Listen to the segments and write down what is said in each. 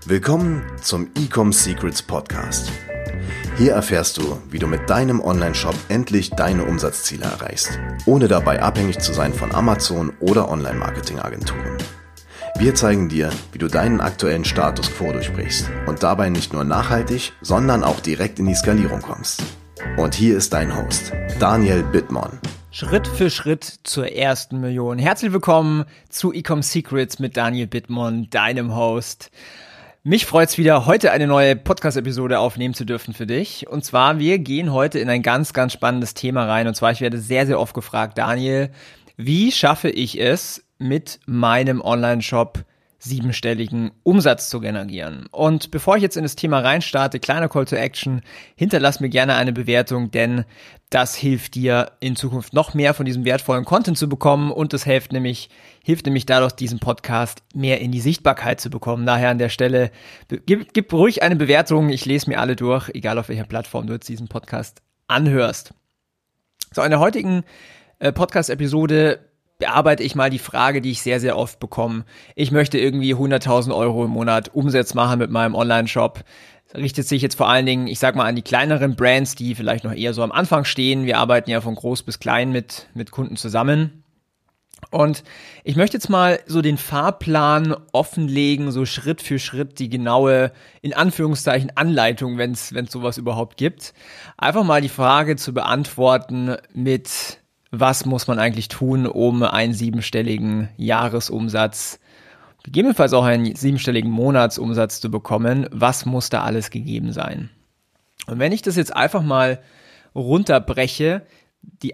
Willkommen zum Ecom Secrets Podcast. Hier erfährst du, wie du mit deinem Online-Shop endlich deine Umsatzziele erreichst, ohne dabei abhängig zu sein von Amazon oder Online-Marketing-Agenturen. Wir zeigen dir, wie du deinen aktuellen Status quo durchbrichst und dabei nicht nur nachhaltig, sondern auch direkt in die Skalierung kommst. Und hier ist dein Host, Daniel Bittmann. Schritt für Schritt zur ersten Million. Herzlich willkommen zu Ecom Secrets mit Daniel Bittmann, deinem Host. Mich freut's wieder, heute eine neue Podcast-Episode aufnehmen zu dürfen für dich. Und zwar, wir gehen heute in ein ganz, ganz spannendes Thema rein. Und zwar, ich werde sehr, sehr oft gefragt, Daniel, wie schaffe ich es, mit meinem Online-Shop siebenstelligen Umsatz zu generieren? Und bevor ich jetzt in das Thema reinstarte, kleiner Call to Action, hinterlass mir gerne eine Bewertung, denn das hilft dir in Zukunft noch mehr von diesem wertvollen Content zu bekommen und es hilft nämlich dadurch, diesen Podcast mehr in die Sichtbarkeit zu bekommen. Daher an der Stelle, gib ruhig eine Bewertung, ich lese mir alle durch, egal auf welcher Plattform du jetzt diesen Podcast anhörst. So, in der heutigen Podcast-Episode bearbeite ich mal die Frage, die ich sehr, sehr oft bekomme. Ich möchte irgendwie 100.000 Euro im Monat Umsatz machen mit meinem Online-Shop. Das richtet sich jetzt vor allen Dingen, ich sag mal, an die kleineren Brands, die vielleicht noch eher so am Anfang stehen. Wir arbeiten ja von groß bis klein mit Kunden zusammen. Und ich möchte jetzt mal so den Fahrplan offenlegen, so Schritt für Schritt die genaue, in Anführungszeichen, Anleitung, wenn es sowas überhaupt gibt. Einfach mal die Frage zu beantworten mit: Was muss man eigentlich tun, um einen siebenstelligen Jahresumsatz, gegebenenfalls auch einen siebenstelligen Monatsumsatz zu bekommen? Was muss da alles gegeben sein? Und wenn ich das jetzt einfach mal runterbreche, die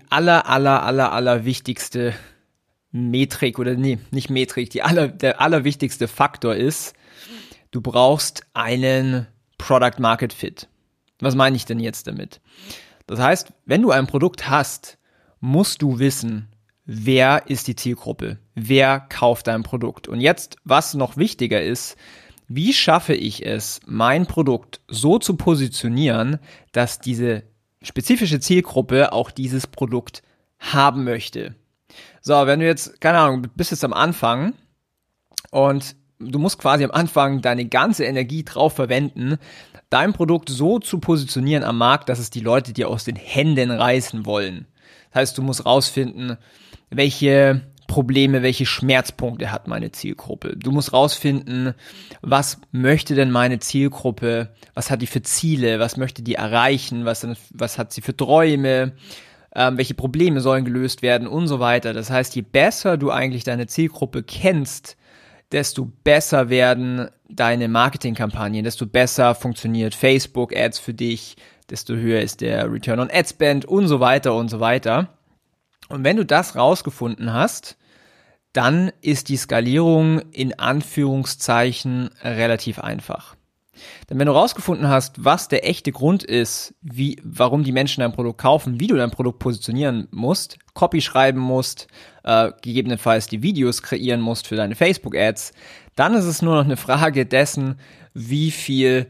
aller wichtigste Metrik oder nee, nicht Metrik, der allerwichtigste Faktor ist, du brauchst einen Product Market Fit. Was meine ich denn jetzt damit? Das heißt, wenn du ein Produkt hast, musst du wissen, wer ist die Zielgruppe, wer kauft dein Produkt. Und jetzt, was noch wichtiger ist, wie schaffe ich es, mein Produkt so zu positionieren, dass diese spezifische Zielgruppe auch dieses Produkt haben möchte. So, wenn du jetzt, keine Ahnung, du bist jetzt am Anfang und du musst quasi am Anfang deine ganze Energie drauf verwenden, dein Produkt so zu positionieren am Markt, dass es die Leute dir aus den Händen reißen wollen. Das heißt, du musst rausfinden, welche Probleme, welche Schmerzpunkte hat meine Zielgruppe. Du musst rausfinden, was möchte denn meine Zielgruppe, was hat die für Ziele, was möchte die erreichen, was hat sie für Träume, welche Probleme sollen gelöst werden und so weiter. Das heißt, je besser du eigentlich deine Zielgruppe kennst, desto besser werden deine Marketingkampagnen, desto besser funktioniert Facebook-Ads für dich, desto höher ist der Return on Ad Spend und so weiter und so weiter. Und wenn du das rausgefunden hast, dann ist die Skalierung in Anführungszeichen relativ einfach. Denn wenn du rausgefunden hast, was der echte Grund ist, warum die Menschen dein Produkt kaufen, wie du dein Produkt positionieren musst, Copy schreiben musst, gegebenenfalls die Videos kreieren musst für deine Facebook-Ads, dann ist es nur noch eine Frage dessen, wie viel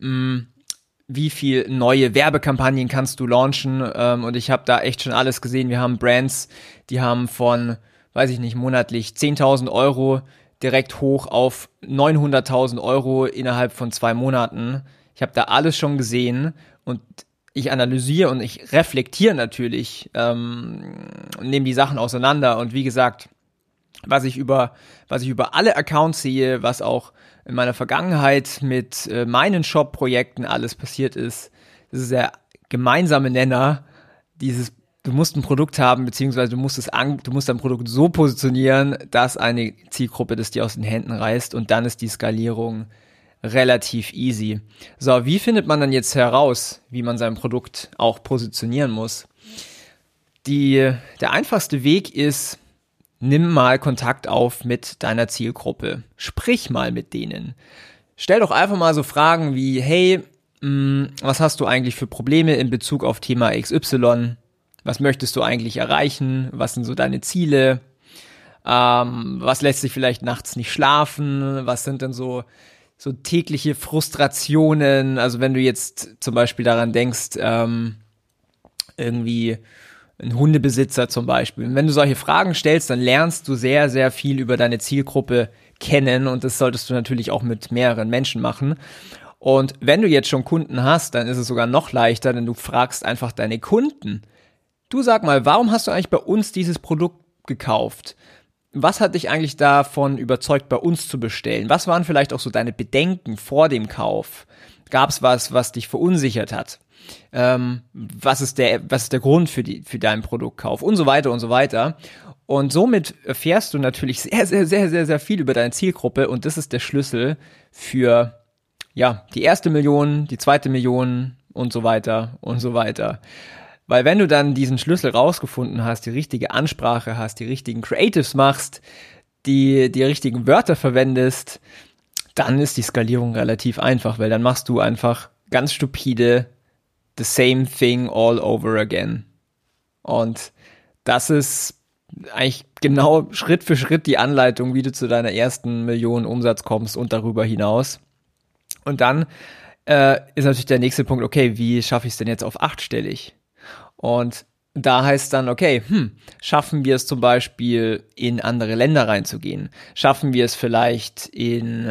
neue Werbekampagnen kannst du launchen, und ich habe da echt schon alles gesehen. Wir haben Brands, die haben von, weiß ich nicht, monatlich 10.000 Euro direkt hoch auf 900.000 Euro innerhalb von 2 Monaten. Ich habe da alles schon gesehen und ich analysiere und ich reflektiere natürlich und nehme die Sachen auseinander. Und wie gesagt, was ich über alle Accounts sehe, was auch in meiner Vergangenheit mit meinen Shop-Projekten alles passiert ist, das ist der gemeinsame Nenner, du musst ein Produkt haben, beziehungsweise du musst dein Produkt so positionieren, dass eine Zielgruppe das dir aus den Händen reißt, und dann ist die Skalierung relativ easy. So, wie findet man dann jetzt heraus, wie man sein Produkt auch positionieren muss? Der einfachste Weg ist: Nimm mal Kontakt auf mit deiner Zielgruppe. Sprich mal mit denen. Stell doch einfach mal so Fragen wie: Hey, was hast du eigentlich für Probleme in Bezug auf Thema XY? Was möchtest du eigentlich erreichen? Was sind so deine Ziele? Was lässt sich vielleicht nachts nicht schlafen? Was sind denn so tägliche Frustrationen? Also wenn du jetzt zum Beispiel daran denkst, irgendwie ein Hundebesitzer zum Beispiel. Und wenn du solche Fragen stellst, dann lernst du sehr, sehr viel über deine Zielgruppe kennen und das solltest du natürlich auch mit mehreren Menschen machen. Und wenn du jetzt schon Kunden hast, dann ist es sogar noch leichter, denn du fragst einfach deine Kunden. Du sag mal, warum hast du eigentlich bei uns dieses Produkt gekauft? Was hat dich eigentlich davon überzeugt, bei uns zu bestellen? Was waren vielleicht auch so deine Bedenken vor dem Kauf? Gab es was dich verunsichert hat? Was ist der Grund für deinen Produktkauf? Und so weiter und so weiter. Und somit erfährst du natürlich sehr, sehr, sehr, sehr, sehr viel über deine Zielgruppe und das ist der Schlüssel für die erste Million, die zweite Million und so weiter und so weiter. Weil wenn du dann diesen Schlüssel rausgefunden hast, die richtige Ansprache hast, die richtigen Creatives machst, die richtigen Wörter verwendest, dann ist die Skalierung relativ einfach, weil dann machst du einfach ganz stupide the same thing all over again. Und das ist eigentlich genau Schritt für Schritt die Anleitung, wie du zu deiner ersten Million Umsatz kommst und darüber hinaus. Und dann ist natürlich der nächste Punkt, okay, wie schaffe ich es denn jetzt auf 8-stellig? Und da heißt es dann, okay, schaffen wir es zum Beispiel in andere Länder reinzugehen? Schaffen wir es vielleicht in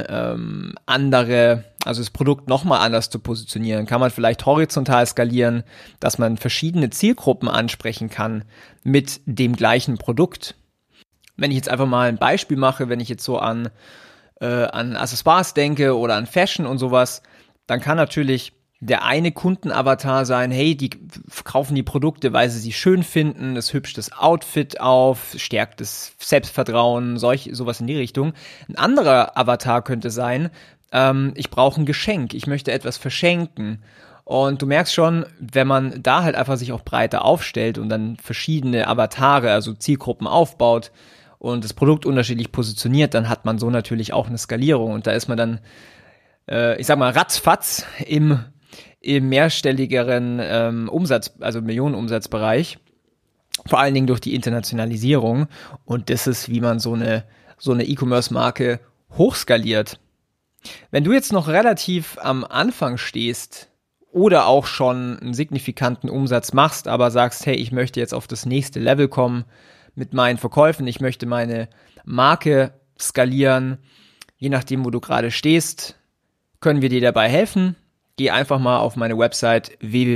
also das Produkt nochmal anders zu positionieren? Kann man vielleicht horizontal skalieren, dass man verschiedene Zielgruppen ansprechen kann mit dem gleichen Produkt? Wenn ich jetzt einfach mal ein Beispiel mache, wenn ich jetzt so an Accessoires denke oder an Fashion und sowas, dann kann natürlich der eine Kundenavatar sein, hey, die kaufen die Produkte, weil sie schön finden, es hübscht das Outfit auf, stärkt das Selbstvertrauen, sowas in die Richtung. Ein anderer Avatar könnte sein, ich brauche ein Geschenk, ich möchte etwas verschenken. Und du merkst schon, wenn man da halt einfach sich auch breiter aufstellt und dann verschiedene Avatare, also Zielgruppen aufbaut und das Produkt unterschiedlich positioniert, dann hat man so natürlich auch eine Skalierung. Und da ist man dann, ich sag mal, ratzfatz im mehrstelligeren Umsatz, also Millionenumsatzbereich, vor allen Dingen durch die Internationalisierung. Und das ist, wie man so eine E-Commerce-Marke hochskaliert. Wenn du jetzt noch relativ am Anfang stehst oder auch schon einen signifikanten Umsatz machst, aber sagst, hey, ich möchte jetzt auf das nächste Level kommen mit meinen Verkäufen, ich möchte meine Marke skalieren, je nachdem, wo du gerade stehst, können wir dir dabei helfen. Geh einfach mal auf meine Website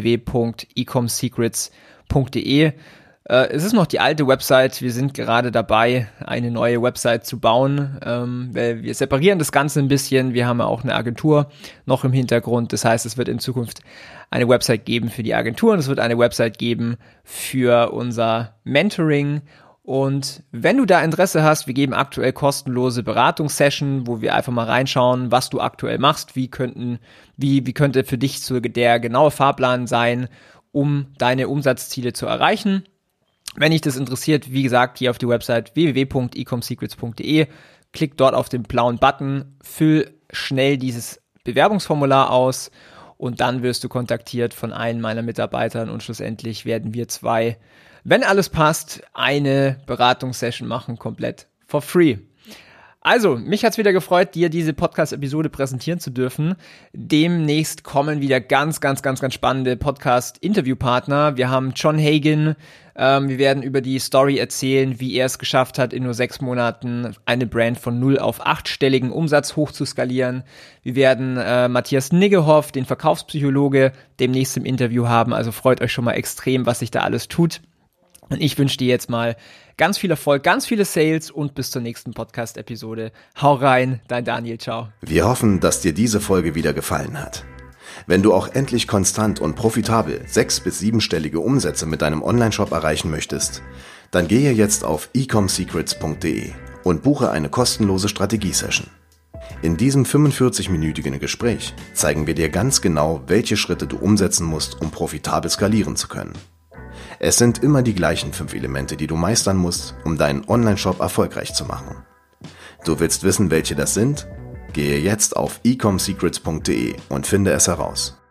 www.ecomsecrets.de. Es ist noch die alte Website. Wir sind gerade dabei, eine neue Website zu bauen. Weil wir separieren das Ganze ein bisschen. Wir haben ja auch eine Agentur noch im Hintergrund. Das heißt, es wird in Zukunft eine Website geben für die Agentur und es wird eine Website geben für unser Mentoring. Und wenn du da Interesse hast, wir geben aktuell kostenlose Beratungssession, wo wir einfach mal reinschauen, was du aktuell machst, wie könnte für dich so der genaue Fahrplan sein, um deine Umsatzziele zu erreichen. Wenn dich das interessiert, wie gesagt, hier auf die Website www.ecomsecrets.de, klick dort auf den blauen Button, füll schnell dieses Bewerbungsformular aus und dann wirst du kontaktiert von einem meiner Mitarbeitern und schlussendlich werden wir zwei, wenn alles passt, eine Beratungssession machen, komplett for free. Also, mich hat's wieder gefreut, dir diese Podcast-Episode präsentieren zu dürfen. Demnächst kommen wieder ganz, ganz, ganz, ganz spannende Podcast-Interviewpartner. Wir haben John Hagen. Wir werden über die Story erzählen, wie er es geschafft hat, in nur 6 Monaten eine Brand von 0 auf 8-stelligen Umsatz hoch zu skalieren. Wir werden Matthias Niggehoff, den Verkaufspsychologe, demnächst im Interview haben. Also freut euch schon mal extrem, was sich da alles tut. Und ich wünsche dir jetzt mal ganz viel Erfolg, ganz viele Sales und bis zur nächsten Podcast-Episode. Hau rein, dein Daniel, ciao. Wir hoffen, dass dir diese Folge wieder gefallen hat. Wenn du auch endlich konstant und profitabel 6- bis 7-stellige Umsätze mit deinem Onlineshop erreichen möchtest, dann gehe jetzt auf ecomsecrets.de und buche eine kostenlose Strategiesession. In diesem 45-minütigen Gespräch zeigen wir dir ganz genau, welche Schritte du umsetzen musst, um profitabel skalieren zu können. Es sind immer die gleichen 5 Elemente, die du meistern musst, um deinen Onlineshop erfolgreich zu machen. Du willst wissen, welche das sind? Gehe jetzt auf ecomsecrets.de und finde es heraus.